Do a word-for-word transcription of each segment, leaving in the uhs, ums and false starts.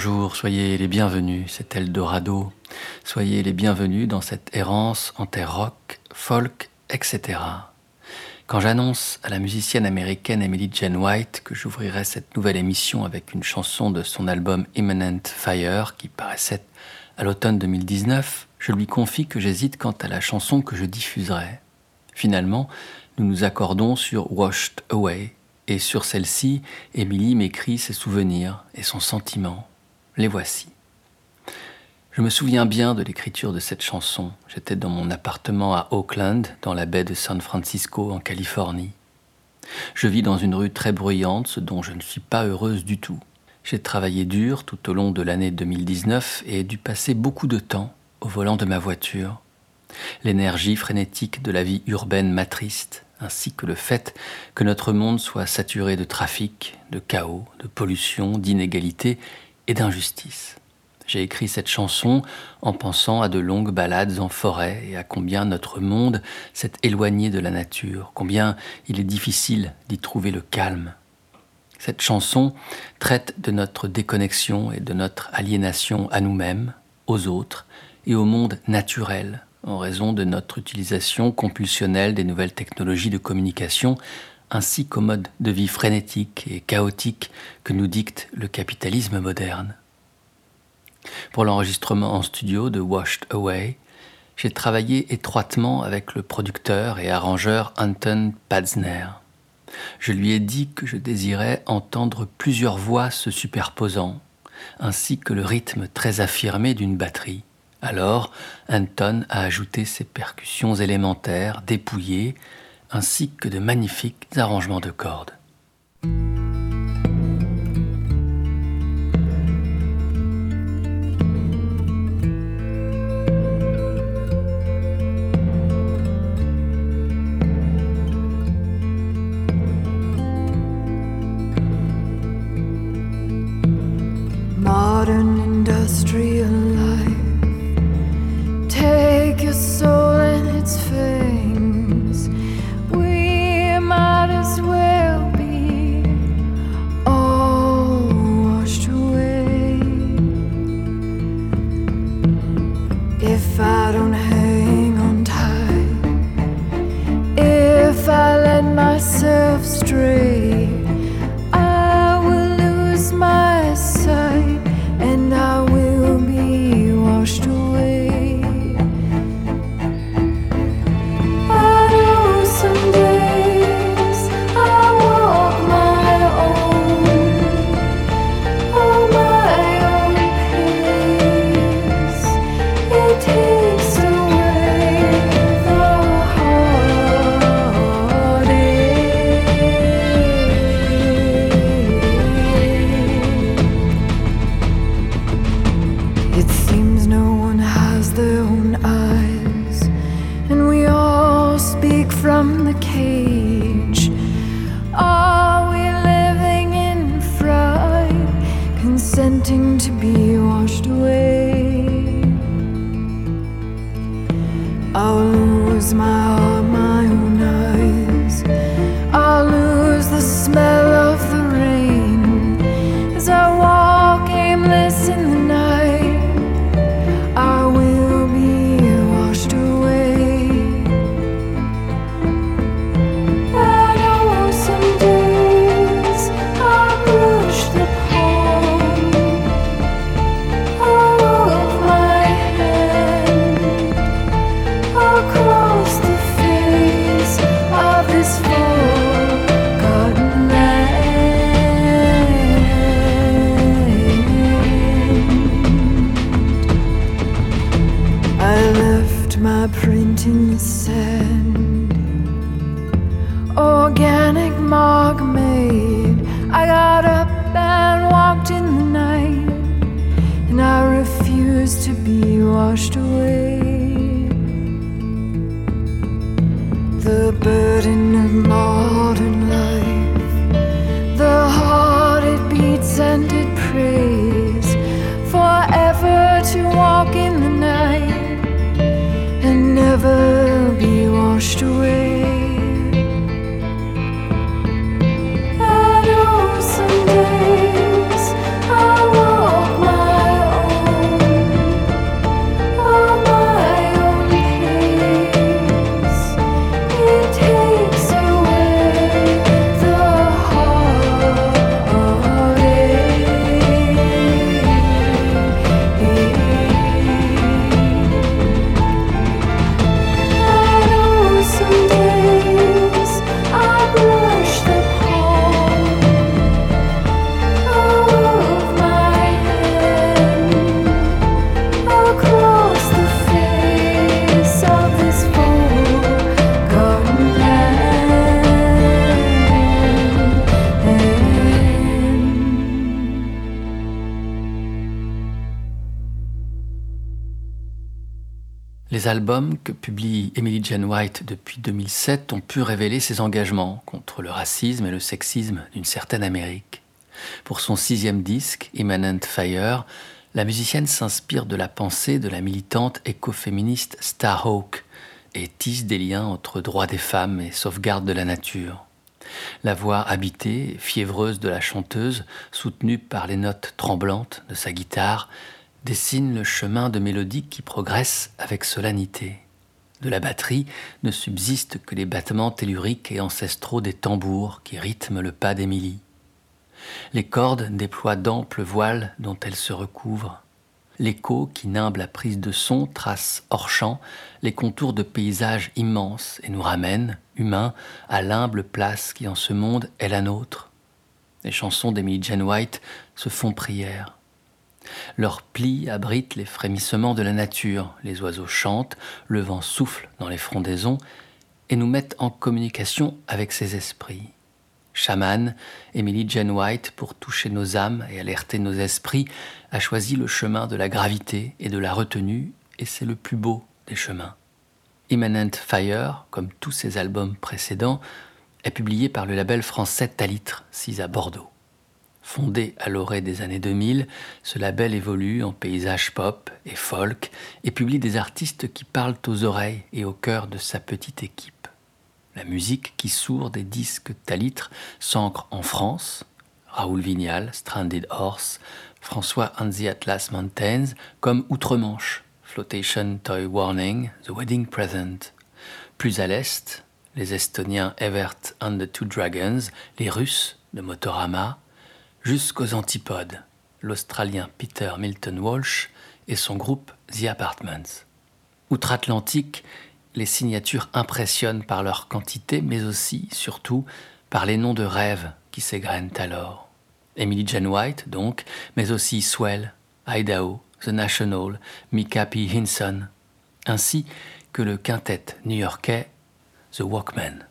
Bonjour, soyez les bienvenus, c'est Eldorado. Soyez les bienvenus dans cette errance en terre rock, folk, et cetera. Quand j'annonce à la musicienne américaine Emily Jane White que j'ouvrirai cette nouvelle émission avec une chanson de son album Imminent Fire qui paraissait à l'automne deux mille dix-neuf, je lui confie que j'hésite quant à la chanson que je diffuserai. Finalement, nous nous accordons sur Washed Away, et sur celle-ci, Emily m'écrit ses souvenirs et son sentiment. Les voici. Je me souviens bien de l'écriture de cette chanson. J'étais dans mon appartement à Oakland, dans la baie de San Francisco, en Californie. Je vis dans une rue très bruyante, ce dont je ne suis pas heureuse du tout. J'ai travaillé dur tout au long de l'année deux mille dix-neuf et ai dû passer beaucoup de temps au volant de ma voiture. L'énergie frénétique de la vie urbaine m'attriste, ainsi que le fait que notre monde soit saturé de trafic, de chaos, de pollution, d'inégalité et d'injustice. J'ai écrit cette chanson en pensant à de longues balades en forêt et à combien notre monde s'est éloigné de la nature, combien il est difficile d'y trouver le calme. Cette chanson traite de notre déconnexion et de notre aliénation à nous-mêmes, aux autres et au monde naturel, en raison de notre utilisation compulsionnelle des nouvelles technologies de communication, ainsi qu'au mode de vie frénétique et chaotique que nous dicte le capitalisme moderne. Pour l'enregistrement en studio de Washed Away, j'ai travaillé étroitement avec le producteur et arrangeur Anton Padzner. Je lui ai dit que je désirais entendre plusieurs voix se superposant, ainsi que le rythme très affirmé d'une batterie. Alors, Anton a ajouté ses percussions élémentaires, dépouillées, ainsi que de magnifiques arrangements de cordes. Modern industrial life, take your soul and its fangs. We might as well be all washed away. If I don't hang on tight, if I let myself stray, I will lose my sight and I will be washed away. I know some days I walk my own, oh my own pace. It takes away the heartache. It seems no one has their own eyes, and we all speak from the cage. Are we living in fright, consenting to be washed away? I'll lose my heart, my own eyes. I'll lose the smell of the rain as I walk aimless in the night. I will be washed away. I know some days I push the palm of my hand across the face of this forgotten land. I left my print in the sand, organic mark made. I got up and walked in the night, and I refused to be washed away. The burden of modern life, the heart it beats and it prays forever to walk in the night and never be washed away. I know some days I walk my Les albums que publie Emily Jane White depuis deux mille sept ont pu révéler ses engagements contre le racisme et le sexisme d'une certaine Amérique. Pour son sixième disque, Immanent Fire, la musicienne s'inspire de la pensée de la militante écoféministe Starhawk et tisse des liens entre droits des femmes et sauvegarde de la nature. La voix habitée et fiévreuse de la chanteuse, soutenue par les notes tremblantes de sa guitare, dessine le chemin de mélodies qui progressent avec solennité. De la batterie ne subsistent que les battements telluriques et ancestraux des tambours qui rythment le pas d'Émilie. Les cordes déploient d'amples voiles dont elles se recouvrent. L'écho qui nimbe la prise de son trace hors champ les contours de paysages immenses et nous ramène, humains, à l'humble place qui en ce monde est la nôtre. Les chansons d'Emily Jane White se font prière. Leurs plis abritent les frémissements de la nature, les oiseaux chantent, le vent souffle dans les frondaisons et nous mettent en communication avec ses esprits. Chamane, Emily Jane White, pour toucher nos âmes et alerter nos esprits, a choisi le chemin de la gravité et de la retenue, et c'est le plus beau des chemins. Immanent Fire, comme tous ses albums précédents, est publié par le label français Talitre, sis à Bordeaux. Fondé à l'orée des années deux mille, ce label évolue en paysage pop et folk et publie des artistes qui parlent aux oreilles et au cœur de sa petite équipe. La musique qui sourd des disques Talitre s'ancre en France, Raoul Vignal, Stranded Horse, François and the Atlas Mountains, comme Outre-Manche, Flotation Toy Warning, The Wedding Present. Plus à l'est, les Estoniens Evert and the Two Dragons, les Russes de Motorama, jusqu'aux antipodes, l'Australien Peter Milton Walsh et son groupe The Apartments. Outre-Atlantique, les signatures impressionnent par leur quantité, mais aussi, surtout, par les noms de rêves qui s'égrènent alors. Emily Jane White, donc, mais aussi Swell, Idaho, The National, Micah P. Hinson, ainsi que le quintet new-yorkais The Walkmen.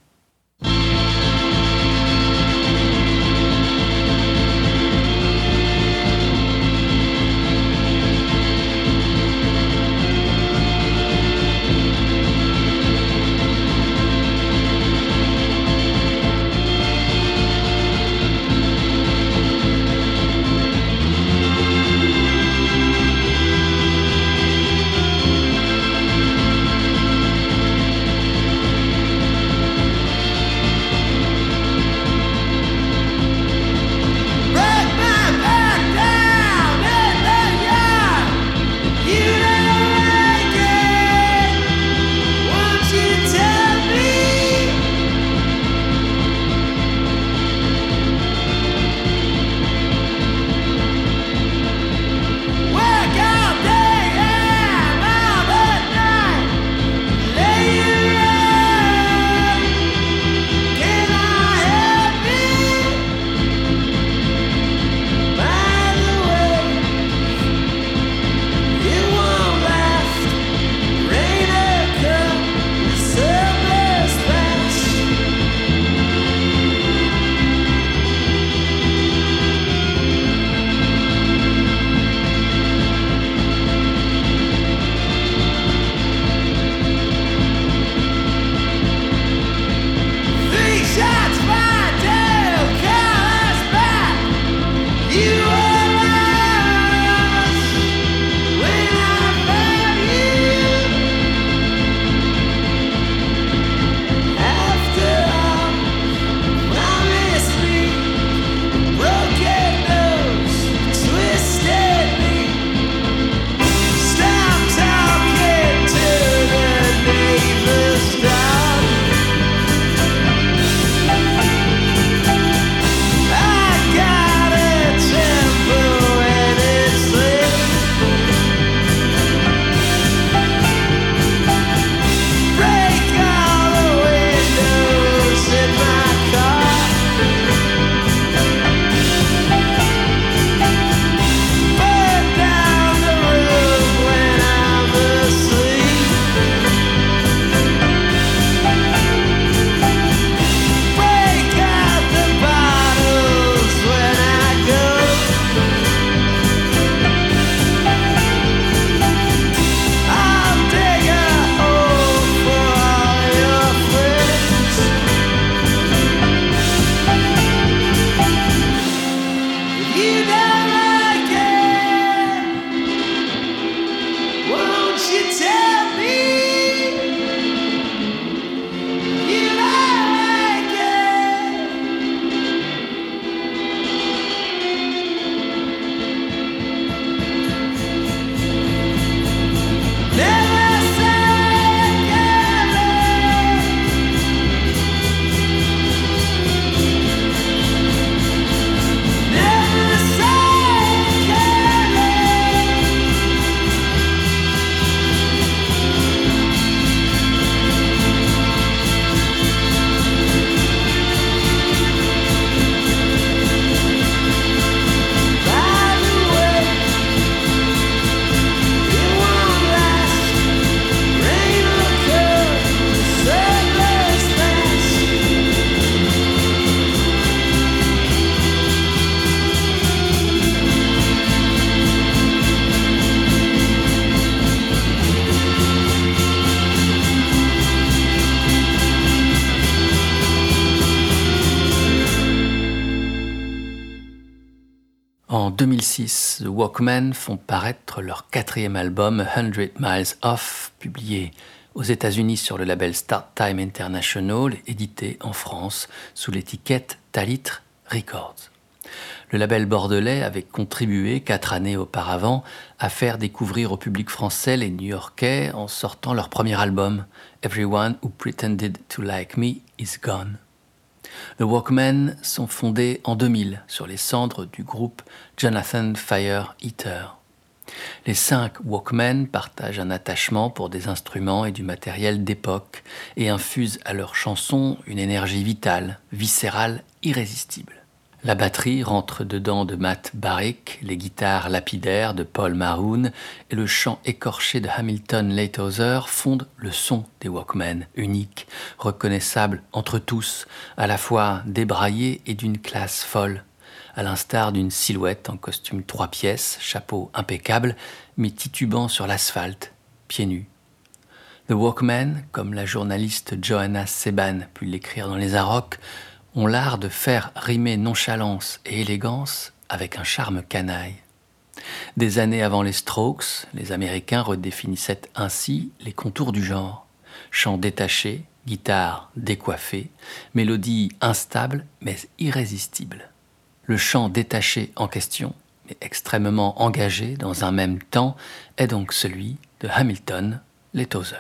En deux mille six, The Walkmen font paraître leur quatrième album A Hundred Miles Off, publié aux États-Unis sur le label Start Time International, édité en France sous l'étiquette Talitre Records. Le label bordelais avait contribué quatre années auparavant à faire découvrir au public français les New-Yorkais en sortant leur premier album, Everyone Who Pretended to Like Me Is Gone. The Walkmen sont fondés en deux mille sur les cendres du groupe Jonathan Fire Eater. Les cinq Walkmen partagent un attachement pour des instruments et du matériel d'époque et infusent à leurs chansons une énergie vitale, viscérale, irrésistible. La batterie rentre dedans de Matt Barrick, les guitares lapidaires de Paul Maroon et le chant écorché de Hamilton Leithauser fondent le son des Walkmen, unique, reconnaissable entre tous, à la fois débraillé et d'une classe folle, à l'instar d'une silhouette en costume trois pièces, chapeau impeccable, mais titubant sur l'asphalte, pieds nus. The Walkmen, comme la journaliste Johanna Seban pu l'écrire dans Les Arocs, ont l'art de faire rimer nonchalance et élégance avec un charme canaille. Des années avant les Strokes, les Américains redéfinissaient ainsi les contours du genre. Chant détaché, guitare décoiffée, mélodie instable mais irrésistible. Le chant détaché en question, mais extrêmement engagé dans un même temps, est donc celui de Hamilton Leithauser.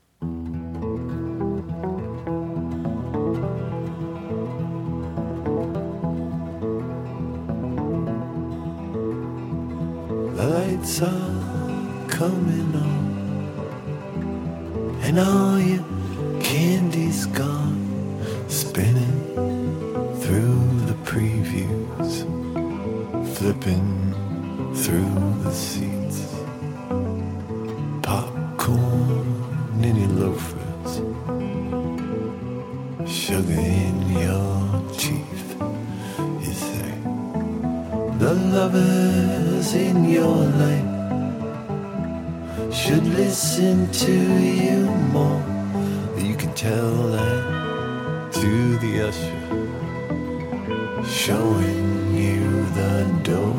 The lights are coming on, and all your candy's gone, spinning through the previews, flipping through the seats, popcorn in your loafers, sugar in your teeth, you say. The lovers in your life should listen to you more. You can tell that to the usher showing you the door.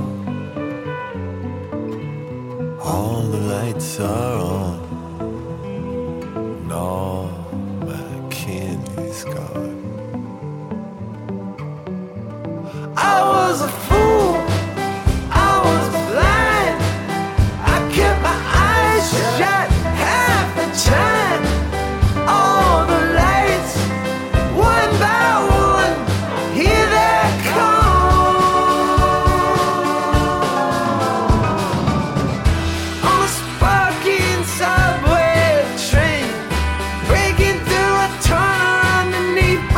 All the lights are on and all my candy's gone. I was a fool, I was blind, I kept my eyes shut half the time. All the lights, one by one, here they come. On a sparking subway train, breaking through a tunnel underneath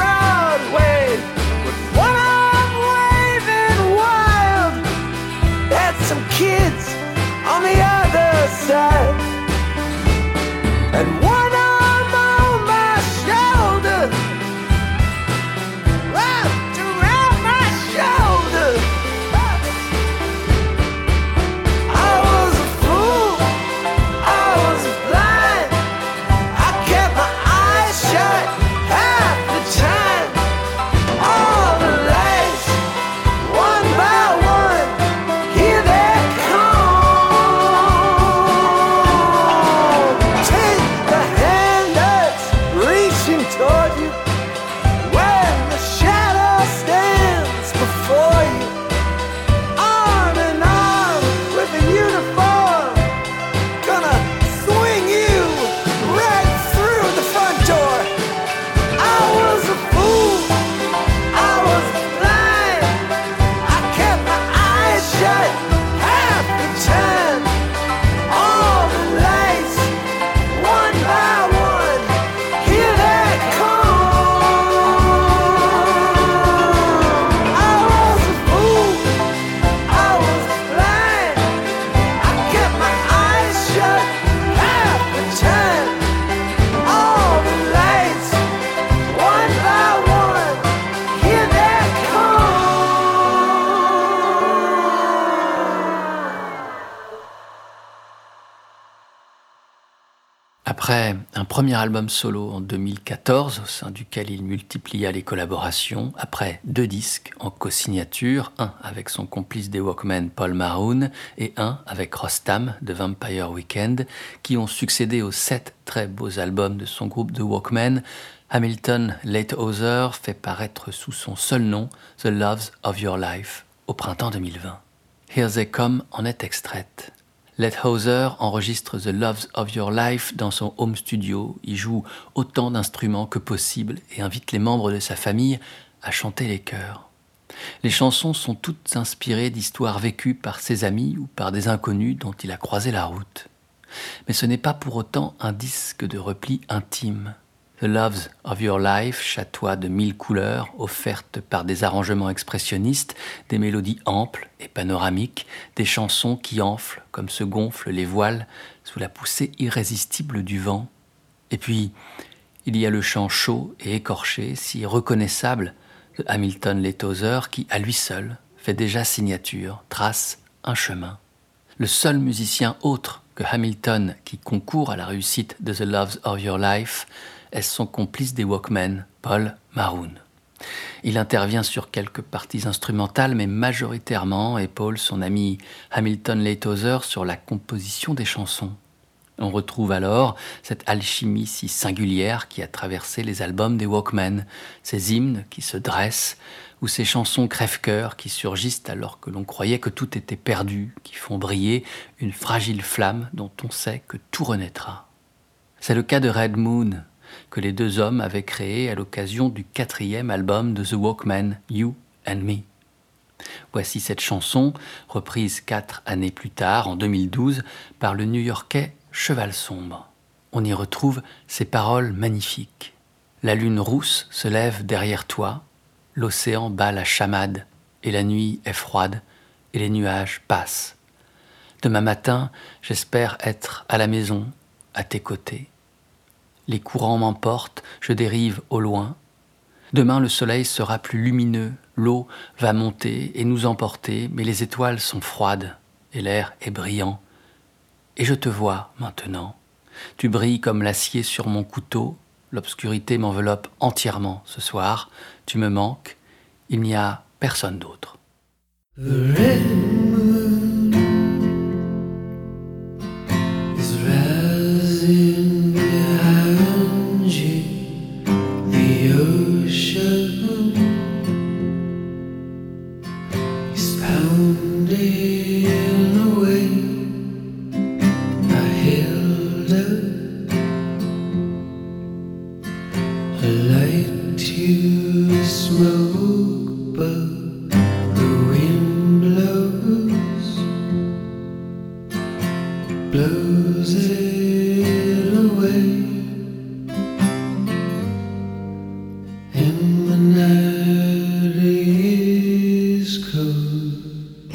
Après un premier album solo en deux mille quatorze, au sein duquel il multiplia les collaborations, après deux disques en co-signature, un avec son complice des Walkmen Paul Maroon et un avec Rostam de Vampire Weekend, qui ont succédé aux sept très beaux albums de son groupe The Walkmen, Hamilton Leithauser fait paraître sous son seul nom The Loves of Your Life au printemps deux mille vingt. Here They Come en est extraite. Leithauser enregistre The Loves of Your Life dans son home studio, y joue autant d'instruments que possible et invite les membres de sa famille à chanter les chœurs. Les chansons sont toutes inspirées d'histoires vécues par ses amis ou par des inconnus dont il a croisé la route. Mais ce n'est pas pour autant un disque de repli intime. The Loves of Your Life chatoie de mille couleurs offertes par des arrangements expressionnistes, des mélodies amples et panoramiques, des chansons qui enflent comme se gonflent les voiles sous la poussée irrésistible du vent. Et puis, il y a le chant chaud et écorché, si reconnaissable, de Hamilton Leithauser qui, à lui seul, fait déjà signature, trace un chemin. Le seul musicien autre que Hamilton qui concourt à la réussite de The Loves of Your Life est son complice des Walkmen, Paul Maroon. Il intervient sur quelques parties instrumentales, mais majoritairement épaule son ami Hamilton Leithauser sur la composition des chansons. On retrouve alors cette alchimie si singulière qui a traversé les albums des Walkmen, ces hymnes qui se dressent, ou ces chansons crève-cœur qui surgissent alors que l'on croyait que tout était perdu, qui font briller une fragile flamme dont on sait que tout renaîtra. C'est le cas de Red Moon, que les deux hommes avaient créé à l'occasion du quatrième album de The Walkmen, You and Me. Voici cette chanson, reprise quatre années plus tard, en deux mille douze, par le New-Yorkais Cheval Sombre. On y retrouve ces paroles magnifiques. La lune rousse se lève derrière toi, l'océan bat la chamade, et la nuit est froide, et les nuages passent. Demain matin, j'espère être à la maison, à tes côtés. Les courants m'emportent, je dérive au loin. Demain, le soleil sera plus lumineux, l'eau va monter et nous emporter, mais les étoiles sont froides et l'air est brillant. Et je te vois maintenant. Tu brilles comme l'acier sur mon couteau, l'obscurité m'enveloppe entièrement ce soir. Tu me manques, il n'y a personne d'autre. The red moon is rising behind you. The ocean is pounding away. I held up a light to smoke, but the wind blows, blows it away. And the night is cold,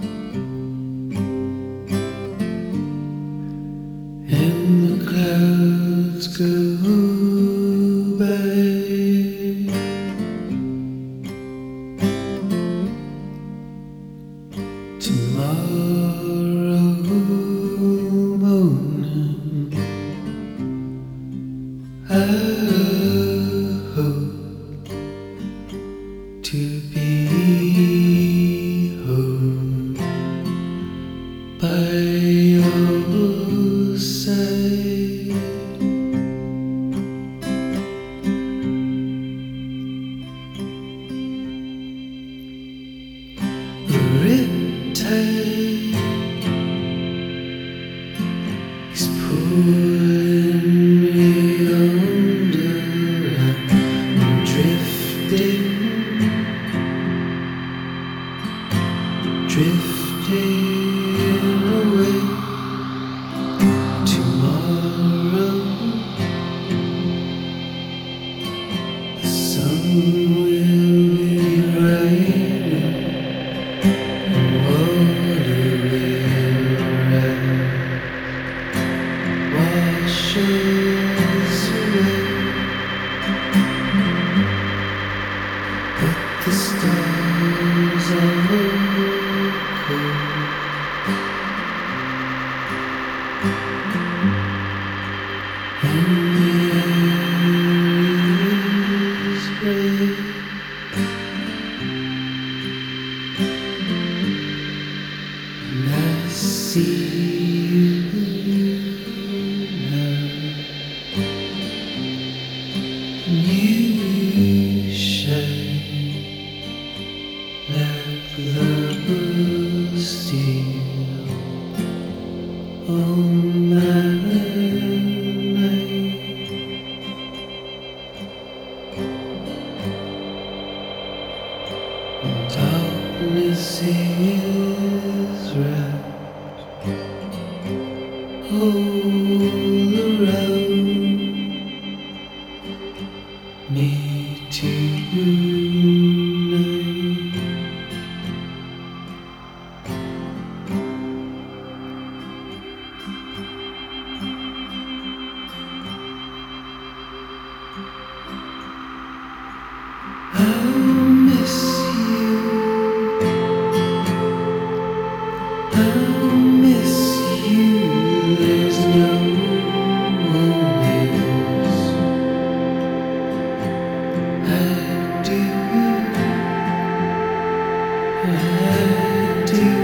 and the clouds go by. Tomorrow morning, I hope to be home by your side. The riptide is pulling me under. I'm drifting, drifting away. Tomorrow, the sun will be rising. Water will rise, wash us away. But the stars are cold, You shine like the blue steel on my mind. Darkness is wrapped all around me tonight. I'll miss you. I'll miss you. There's no one else. I do. I do.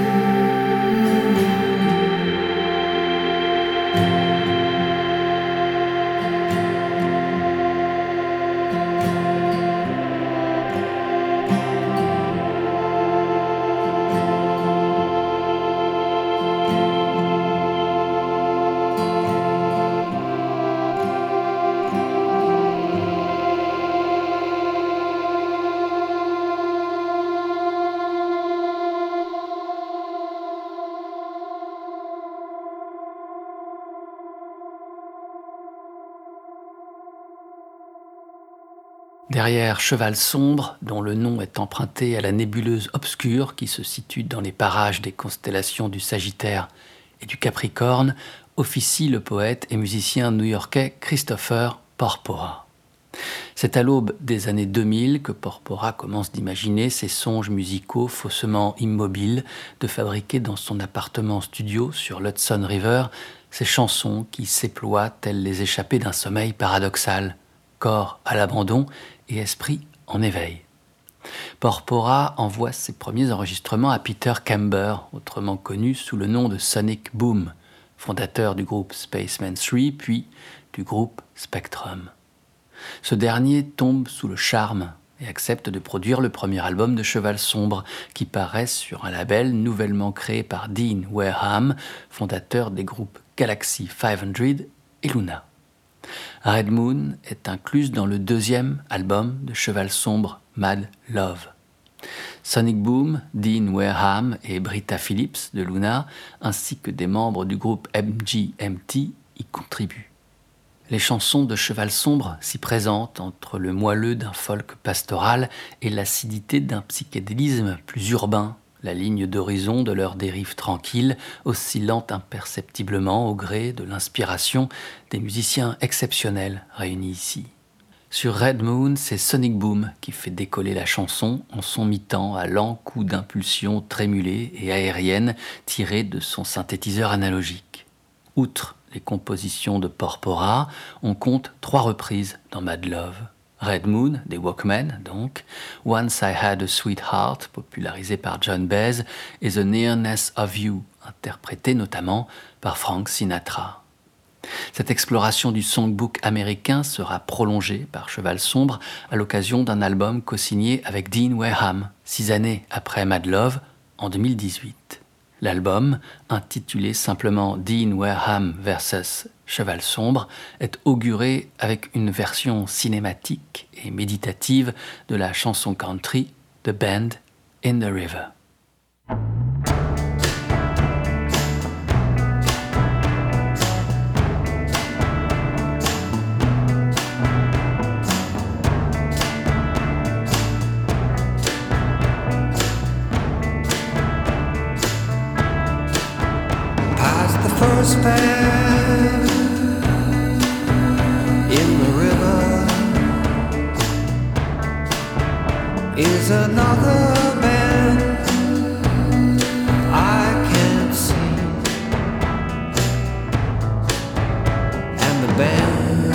Derrière Cheval sombre, dont le nom est emprunté à la nébuleuse obscure qui se situe dans les parages des constellations du Sagittaire et du Capricorne, officie le poète et musicien new-yorkais Christopher Porpora. C'est à l'aube des années deux mille que Porpora commence d'imaginer ses songes musicaux faussement immobiles, de fabriquer dans son appartement studio sur l'Hudson River ces chansons qui s'éploient telles les échappées d'un sommeil paradoxal, corps à l'abandon et esprit en éveil. Porpora envoie ses premiers enregistrements à Peter Kember, autrement connu sous le nom de Sonic Boom, fondateur du groupe Spaceman trois, puis du groupe Spectrum. Ce dernier tombe sous le charme et accepte de produire le premier album de Cheval sombre, qui paraît sur un label nouvellement créé par Dean Wareham, fondateur des groupes Galaxy cinq cents et Luna. Red Moon est incluse dans le deuxième album de Cheval sombre, Mad Love. Sonic Boom, Dean Wareham et Britta Phillips de Luna, ainsi que des membres du groupe M G M T, y contribuent. Les chansons de Cheval sombre s'y présentent entre le moelleux d'un folk pastoral et l'acidité d'un psychédélisme plus urbain, la ligne d'horizon de leur dérive tranquille, oscillant imperceptiblement au gré de l'inspiration des musiciens exceptionnels réunis ici. Sur Red Moon, c'est Sonic Boom qui fait décoller la chanson en son mi-temps à lents coups d'impulsion trémulés et aériennes tirés de son synthétiseur analogique. Outre les compositions de Porpora, on compte trois reprises dans Mad Love. Red Moon, des Walkmen donc, Once I Had a Sweetheart, popularisé par John Baez, et The Nearness of You, interprété notamment par Frank Sinatra. Cette exploration du songbook américain sera prolongée par Cheval sombre à l'occasion d'un album co-signé avec Dean Wareham, six années après Mad Love, en deux mille dix-huit. L'album, intitulé simplement Dean Wareham versus Cheval sombre, est auguré avec une version cinématique et méditative de la chanson country The Bend in the River. First bend in the river is another bend I can't see, and the bend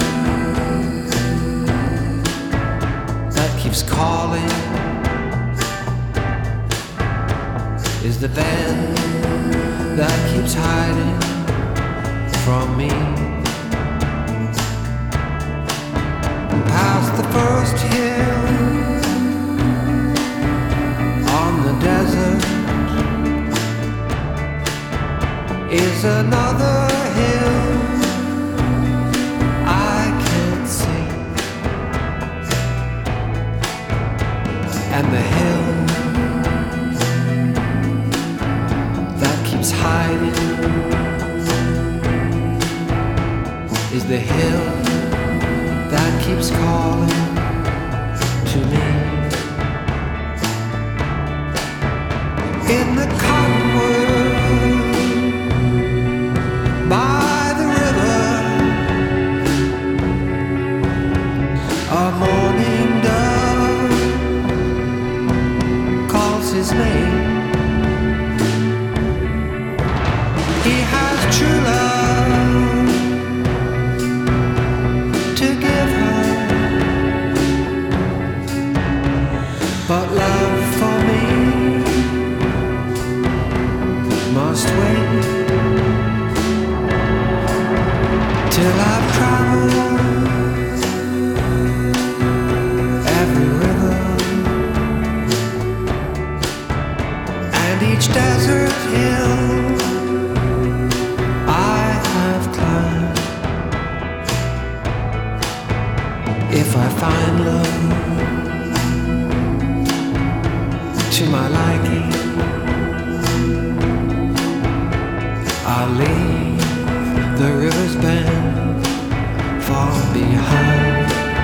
that keeps calling is the bend that keeps hiding from me. Past the And the hill that keeps hiding is the hill that keeps calling to me. In the cottonwood by the river, a morning dove calls his name. He has true love to give her, but love for me must wait till I've traveled every river and each desert hill I have climbed. If I find love to my liking, I'll leave the river's bend far behind.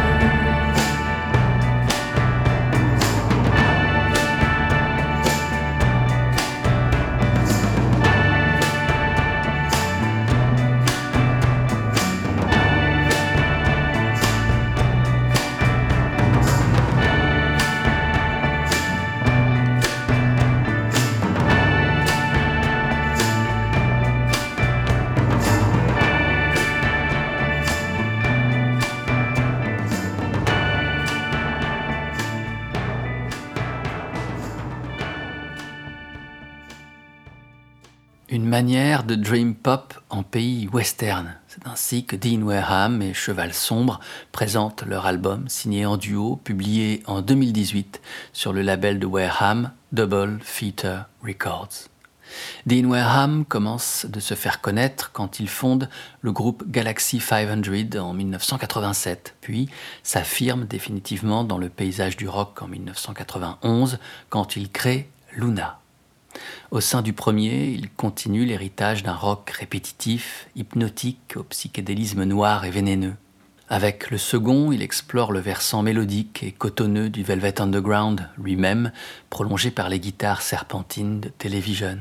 Une manière de dream pop en pays western. C'est ainsi que Dean Wareham et Cheval Sombre présentent leur album signé en duo, publié en deux mille dix-huit sur le label de Wareham, Double Feature Records. Dean Wareham commence de se faire connaître quand il fonde le groupe Galaxy cinq cents en dix-neuf cent quatre-vingt-sept, puis s'affirme définitivement dans le paysage du rock en dix-neuf cent quatre-vingt-onze quand il crée Luna. Au sein du premier, il continue l'héritage d'un rock répétitif, hypnotique, au psychédélisme noir et vénéneux. Avec le second, il explore le versant mélodique et cotonneux du Velvet Underground lui-même, prolongé par les guitares serpentines de Television.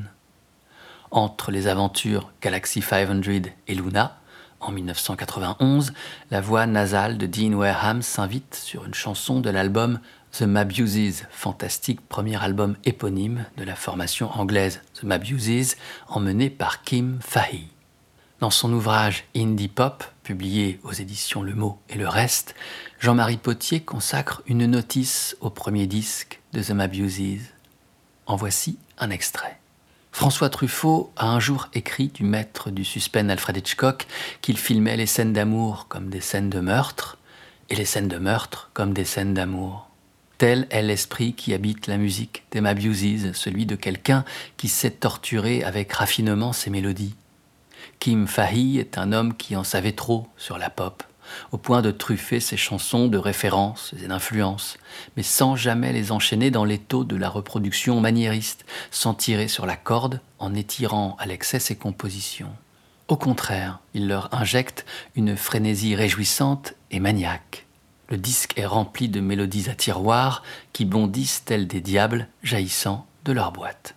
Entre les aventures Galaxy cinq cents et Luna, en dix-neuf cent quatre-vingt-onze, la voix nasale de Dean Wareham s'invite sur une chanson de l'album The Mabuses, fantastique premier album éponyme de la formation anglaise The Mabuses, emmené par Kim Fahey. Dans son ouvrage Indie Pop, publié aux éditions Le Mot et le Reste, Jean-Marie Potier consacre une notice au premier disque de The Mabuses. En voici un extrait. François Truffaut a un jour écrit du maître du suspense Alfred Hitchcock qu'il filmait les scènes d'amour comme des scènes de meurtre et les scènes de meurtre comme des scènes d'amour. Tel est l'esprit qui habite la musique des Mabuses, celui de quelqu'un qui sait torturer avec raffinement ses mélodies. Kim Fahey est un homme qui en savait trop sur la pop, au point de truffer ses chansons de références et d'influences, mais sans jamais les enchaîner dans l'étau de la reproduction maniériste, sans tirer sur la corde en étirant à l'excès ses compositions. Au contraire, il leur injecte une frénésie réjouissante et maniaque. Le disque est rempli de mélodies à tiroir qui bondissent tels des diables jaillissant de leur boîte.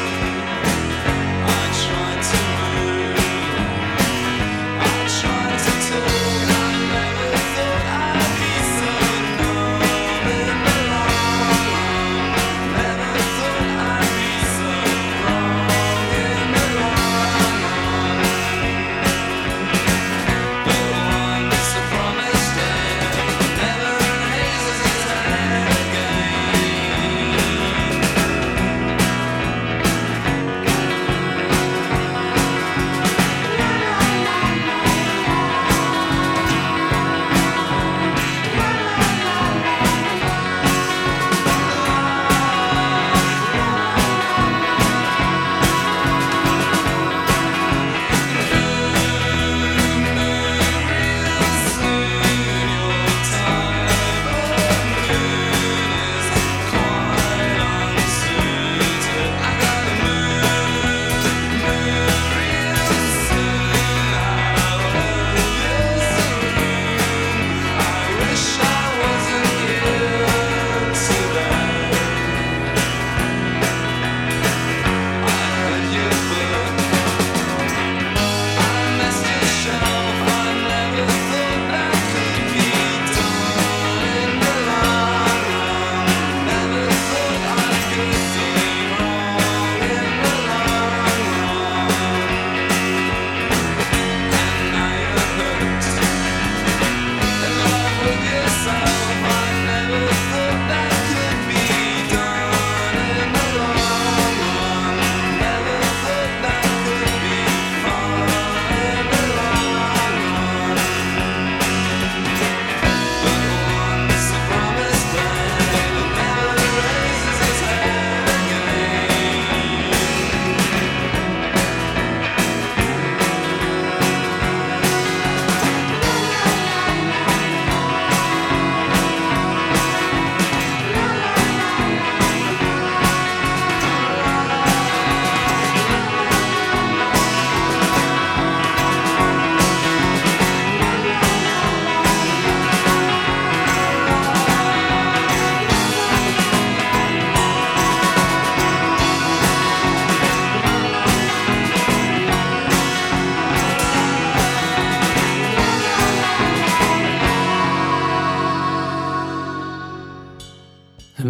Try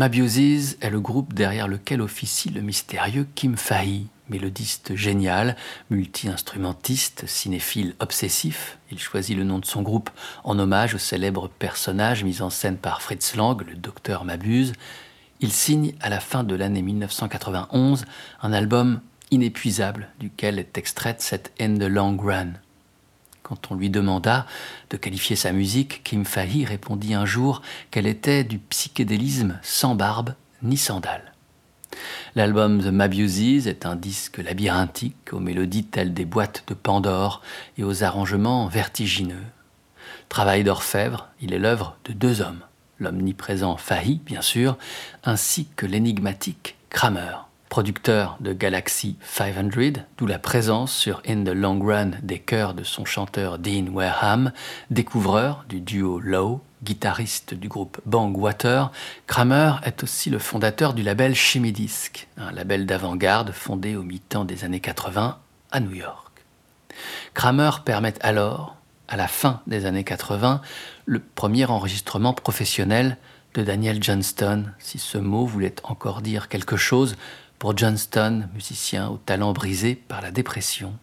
Mabuses est le groupe derrière lequel officie le mystérieux Kim Fahey, mélodiste génial, multi-instrumentiste, cinéphile obsessif. Il choisit le nom de son groupe en hommage au célèbre personnage mis en scène par Fritz Lang, le docteur Mabuse. Il signe à la fin de l'année mille neuf cent quatre-vingt-onze un album inépuisable duquel est extraite cette In the Long Run. Quand on lui demanda de qualifier sa musique, Kim Fahey répondit un jour qu'elle était du psychédélisme sans barbe ni sandales. L'album The Mabuses est un disque labyrinthique aux mélodies telles des boîtes de Pandore et aux arrangements vertigineux. Travail d'orfèvre, il est l'œuvre de deux hommes, l'omniprésent Fahey, bien sûr, ainsi que l'énigmatique Kramer. Producteur de Galaxy cinq cents, d'où la présence sur In the Long Run des chœurs de son chanteur Dean Wareham, découvreur du duo Low, guitariste du groupe Bangwater, Kramer est aussi le fondateur du label Chimidisc, un label d'avant-garde fondé au mi-temps des années quatre-vingts à New York. Kramer permet alors, à la fin des années quatre-vingts, le premier enregistrement professionnel de Daniel Johnston, si ce mot voulait encore dire quelque chose pour Johnston, musicien au talent brisé par la dépression.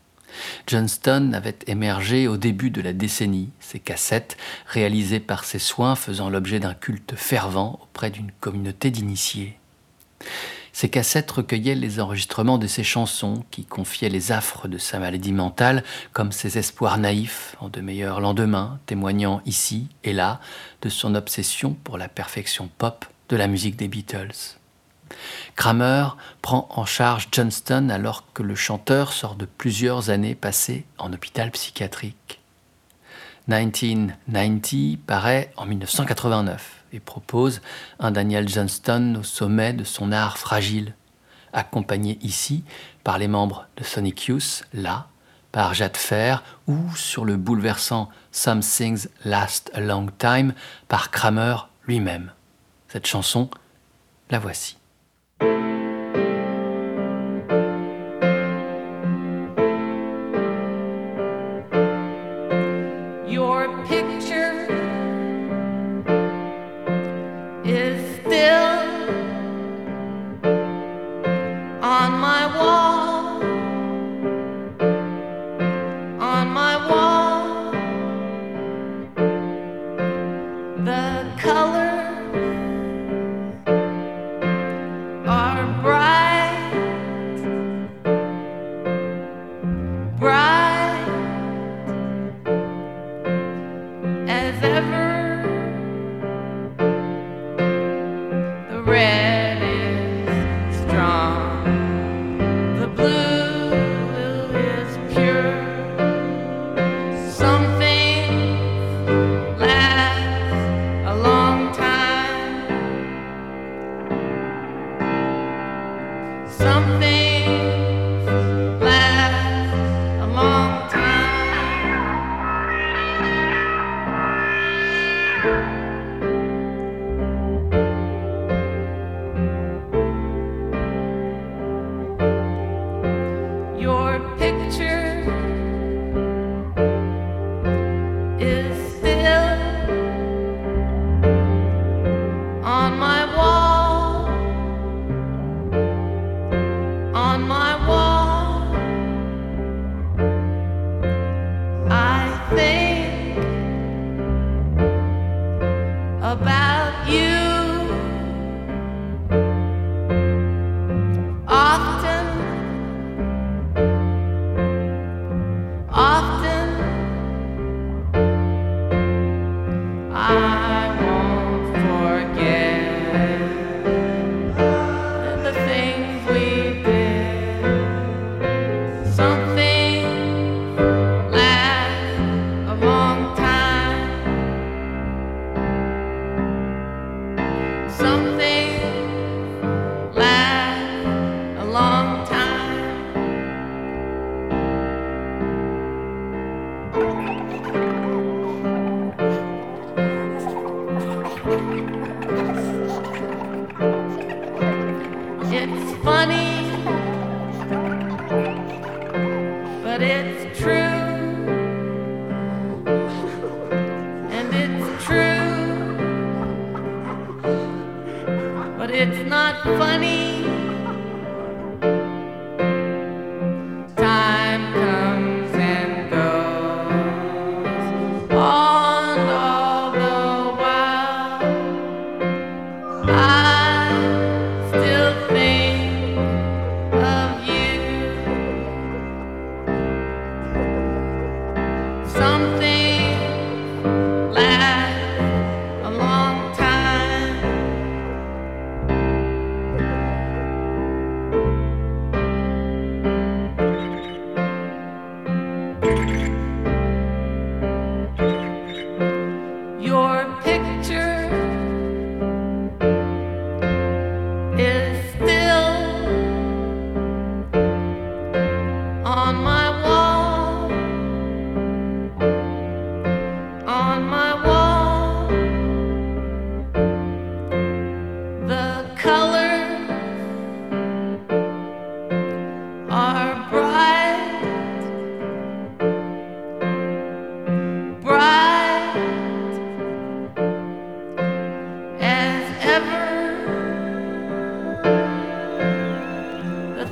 Johnston avait émergé au début de la décennie, ses cassettes, réalisées par ses soins, faisant l'objet d'un culte fervent auprès d'une communauté d'initiés. Ces cassettes recueillaient les enregistrements de ses chansons, qui confiaient les affres de sa maladie mentale, comme ses espoirs naïfs en de meilleurs lendemains, témoignant ici et là de son obsession pour la perfection pop de la musique des Beatles. Kramer prend en charge Johnston alors que le chanteur sort de plusieurs années passées en hôpital psychiatrique. dix-neuf quatre-vingt-dix paraît en dix-neuf cent quatre-vingt-neuf et propose un Daniel Johnston au sommet de son art fragile, accompagné ici par les membres de Sonic Youth, là, par Jade Fair ou sur le bouleversant Some Things Last a Long Time par Kramer lui-même. Cette chanson, la voici. Your picture is still on my wall, on my wall. The colors are bright, bright as ever. The red is strong, the blue is pure. Some things last a long time, some things last a long time. Your picture is still on my wall, on my wall.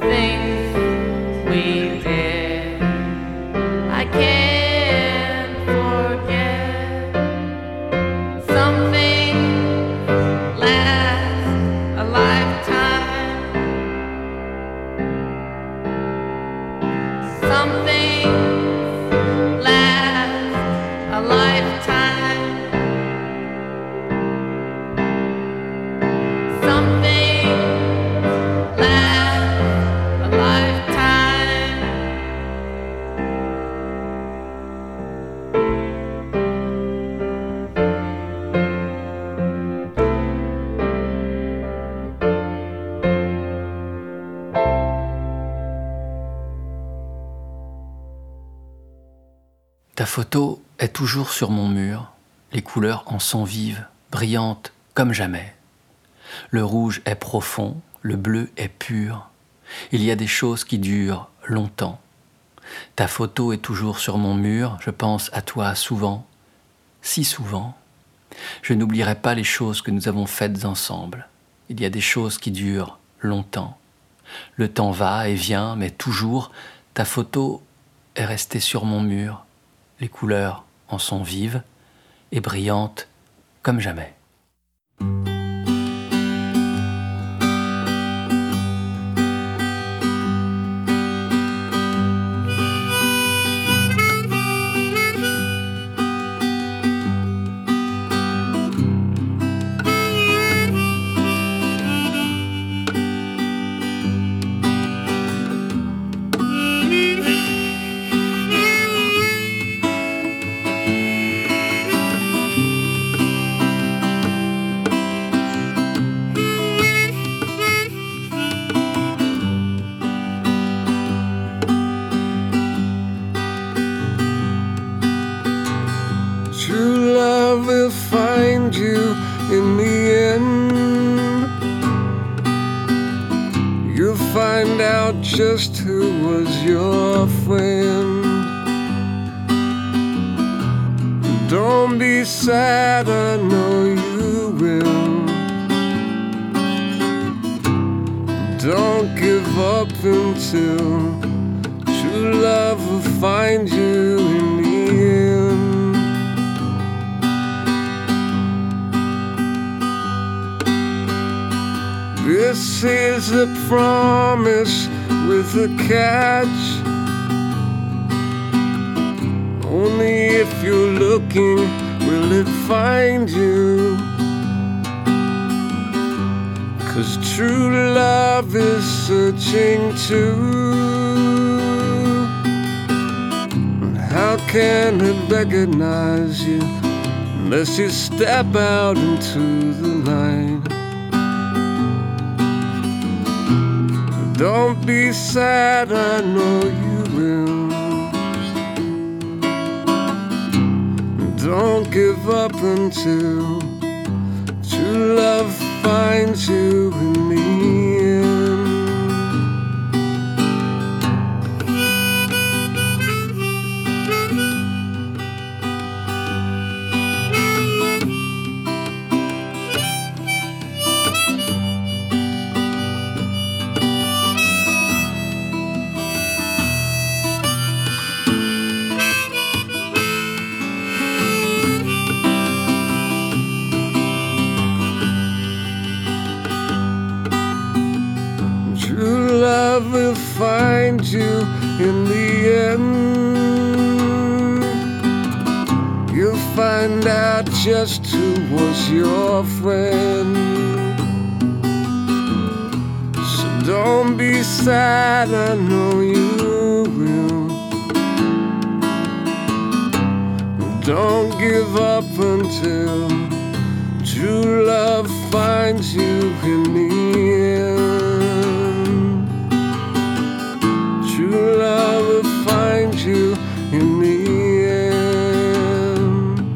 things we did. I can't forget. Some things last a lifetime. Some things last a lifetime. Some things last a lifetime. Ta photo est toujours sur mon mur, les couleurs en sont vives, brillantes comme jamais. Le rouge est profond, le bleu est pur. Il y a des choses qui durent longtemps. Ta photo est toujours sur mon mur, je pense à toi souvent, si souvent. Je n'oublierai pas les choses que nous avons faites ensemble. Il y a des choses qui durent longtemps. Le temps va et vient, mais toujours, ta photo est restée sur mon mur. Les couleurs en sont vives et brillantes comme jamais. True love will find you in the end. You'll find out just who was your friend. Don't be sad, I know you will. Don't give up until true love will find you in the end. This is a promise with a catch. Only if you're looking will it find you. 'Cause true love is searching too. How can it recognize you unless you step out into the light? Don't be sad, I know you will. Don't give up until true love finds you in the end. True love will find you in the end. You'll find out just who was your friend. So don't be sad, I know you will. Don't give up until true love finds you in the end. True love will find you in the end.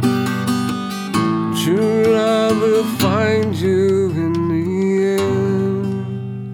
True love will find you in the end.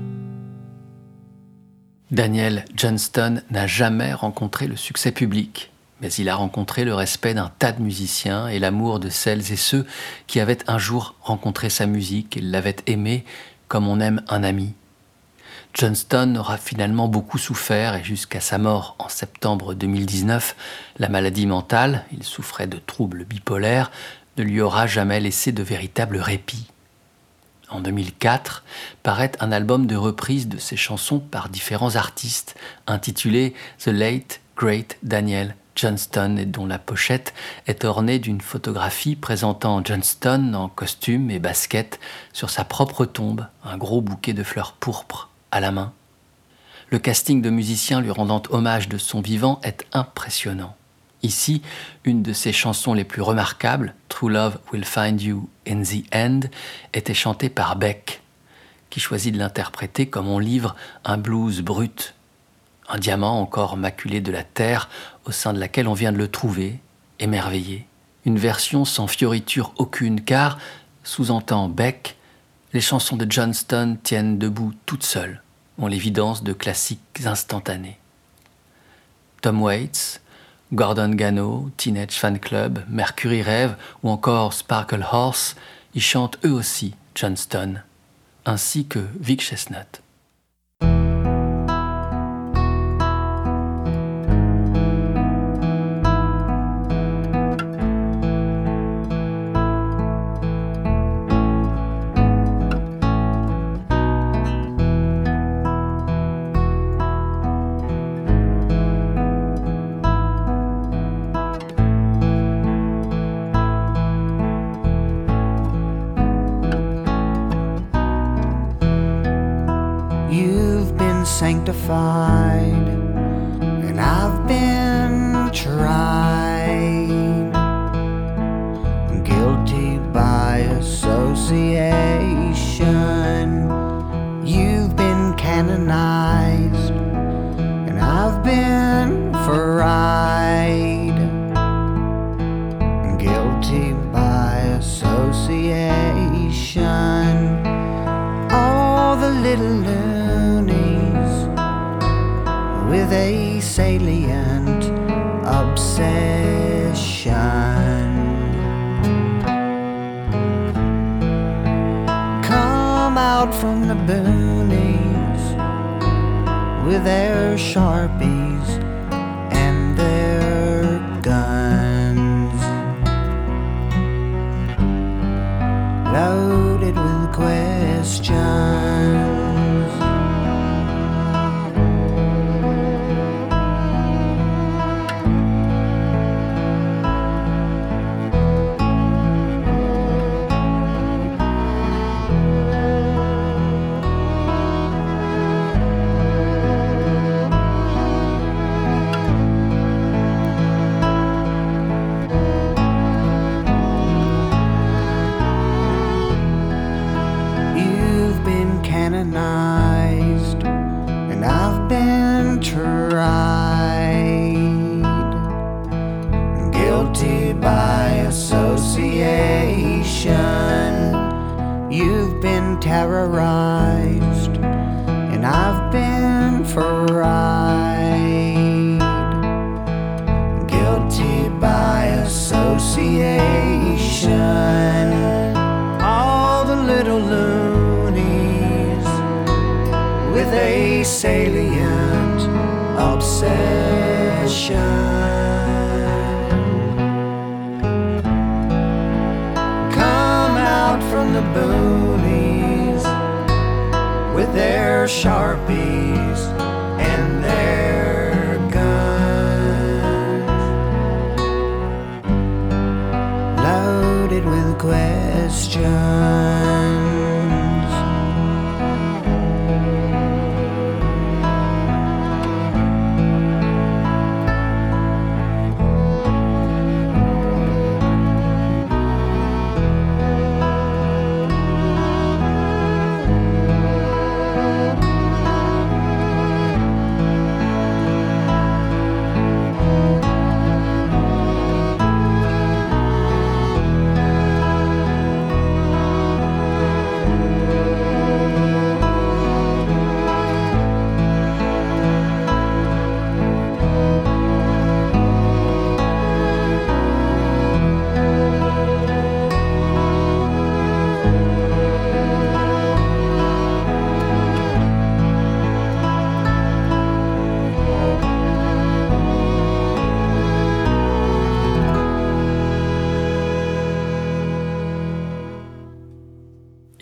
Daniel Johnston n'a jamais rencontré le succès public, mais il a rencontré le respect d'un tas de musiciens et l'amour de celles et ceux qui avaient un jour rencontré sa musique et l'avaient aimé comme on aime un ami. Johnston aura finalement beaucoup souffert et jusqu'à sa mort en septembre deux mille dix-neuf, la maladie mentale, il souffrait de troubles bipolaires, ne lui aura jamais laissé de véritable répit. En deux mille quatre, paraît un album de reprises de ses chansons par différents artistes, intitulé The Late Great Daniel Johnston, et dont la pochette est ornée d'une photographie présentant Johnston en costume et basket sur sa propre tombe, un gros bouquet de fleurs pourpres à la main. Le casting de musiciens lui rendant hommage de son vivant est impressionnant. Ici, une de ses chansons les plus remarquables, True Love Will Find You in the End, était chantée par Beck, qui choisit de l'interpréter comme on livre un blues brut, un diamant encore maculé de la terre au sein de laquelle on vient de le trouver, émerveillé. Une version sans fioriture aucune, car, sous-entend Beck, les chansons de Johnston tiennent debout toutes seules, ont l'évidence de classiques instantanés. Tom Waits, Gordon Gano, Teenage Fan Club, Mercury Rev ou encore Sparkle Horse y chantent eux aussi Johnston, ainsi que Vic Chestnut. Sanctified, and I've been tried, guilty by association. You've been canonized, and I've been fried, guilty by association. All the little with a salient obsession, come out from the boonies with their sharpies and their guns, loaded with questions. And I've been tried, guilty by association. You've been terrorized, and I've been fried, guilty by association. All the little loonies with a salient obsession, come out from the boonies with their sharpies and their guns, loaded with questions.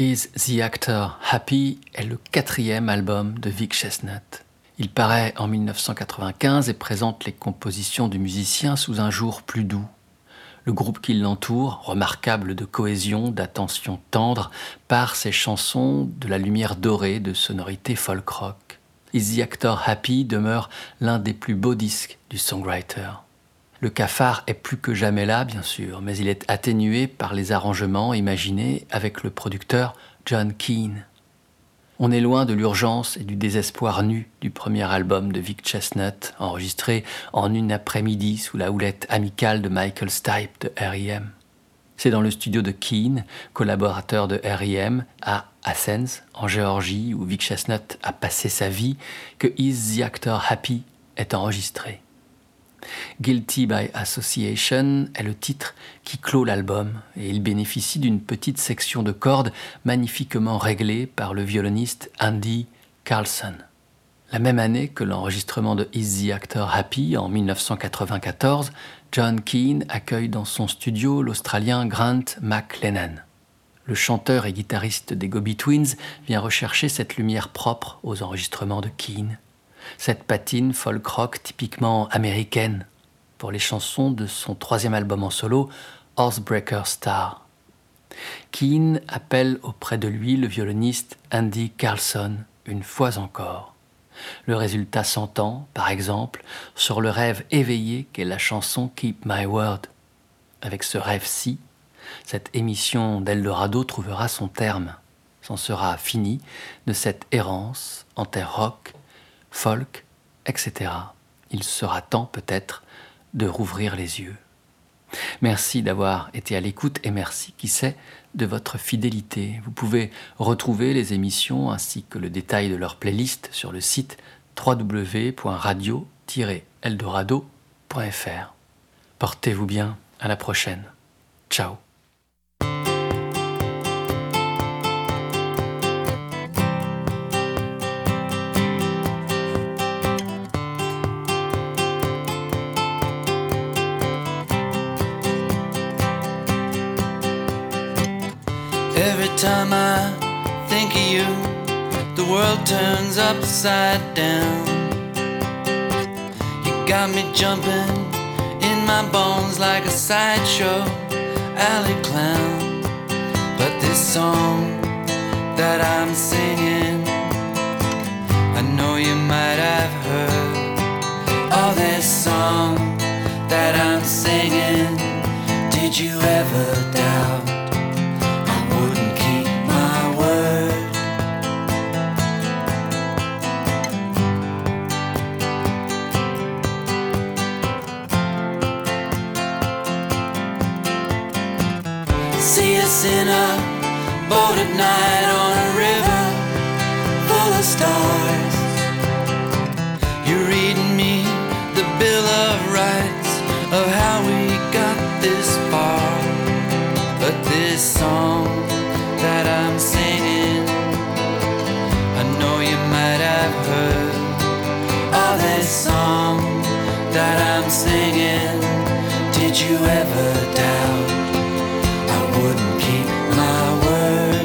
Is the Actor Happy est le quatrième album de Vic Chesnutt. Il paraît en dix-neuf cent quatre-vingt-quinze et présente les compositions du musicien sous un jour plus doux. Le groupe qui l'entoure, remarquable de cohésion, d'attention tendre, part ses chansons de la lumière dorée de sonorités folk-rock. Is the Actor Happy demeure l'un des plus beaux disques du songwriter. Le cafard est plus que jamais là, bien sûr, mais il est atténué par les arrangements imaginés avec le producteur John Keane. On est loin de l'urgence et du désespoir nu du premier album de Vic Chesnutt, enregistré en une après-midi sous la houlette amicale de Michael Stipe de R E M. C'est dans le studio de Keane, collaborateur de R E M, à Athens, en Géorgie, où Vic Chesnutt a passé sa vie, que Is the Actor Happy est enregistré. Guilty by Association est le titre qui clôt l'album et il bénéficie d'une petite section de cordes magnifiquement réglée par le violoniste Andy Carlson. La même année que l'enregistrement de Is the Actor Happy en dix-neuf cent quatre-vingt-quatorze, John Keane accueille dans son studio l'Australien Grant McLennan. Le chanteur et guitariste des Gobi Twins vient rechercher cette lumière propre aux enregistrements de Keane. Cette patine folk-rock typiquement américaine pour les chansons de son troisième album en solo, Horsebreaker Star. Keane appelle auprès de lui le violoniste Andy Carlson une fois encore. Le résultat s'entend, par exemple, sur le rêve éveillé qu'est la chanson Keep My Word. Avec ce rêve-ci, cette émission d'Eldorado trouvera son terme. C'en sera fini de cette errance en terre rock, folk, et cetera. Il sera temps peut-être de rouvrir les yeux. Merci d'avoir été à l'écoute et merci, qui sait, de votre fidélité. Vous pouvez retrouver les émissions ainsi que le détail de leur playlist sur le site w w w point radio tiret eldorado point f r. Portez-vous bien, à la prochaine. Ciao. Every time I think of you, the world turns upside down. You got me jumping in my bones like a sideshow alley clown. But this song that I'm singing, I know you might have heard. Oh, this song that I'm singing, did you ever doubt wouldn't keep my word? See us in a boat at night on a river full of stars. You're reading me the Bill of Rights of how we got this far. But this song that I'm singing, I know you might have heard. Oh, this song that I'm singing, did you ever doubt I wouldn't keep my word?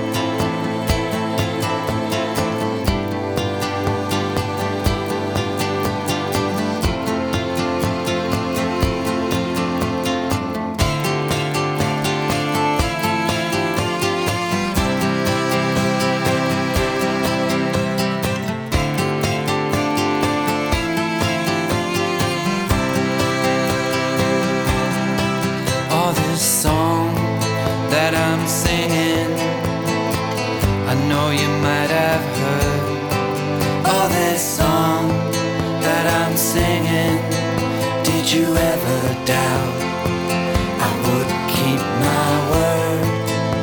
Song that I'm singing, I know you might have heard. Oh, this song that I'm singing, did you ever doubt I would keep my word?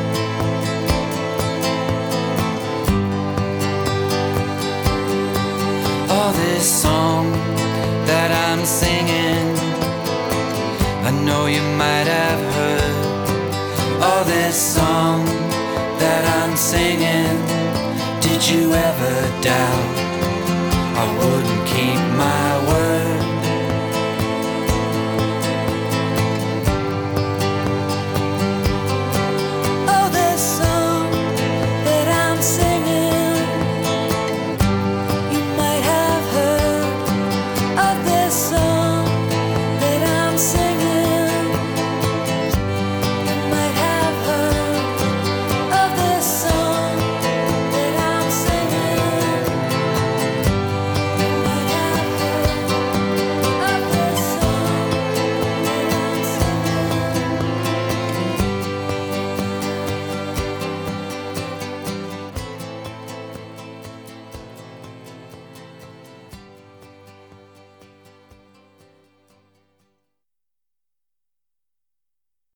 Oh, this song that I'm singing, I know you might have heard. Oh, this song that I'm singing, did you ever doubt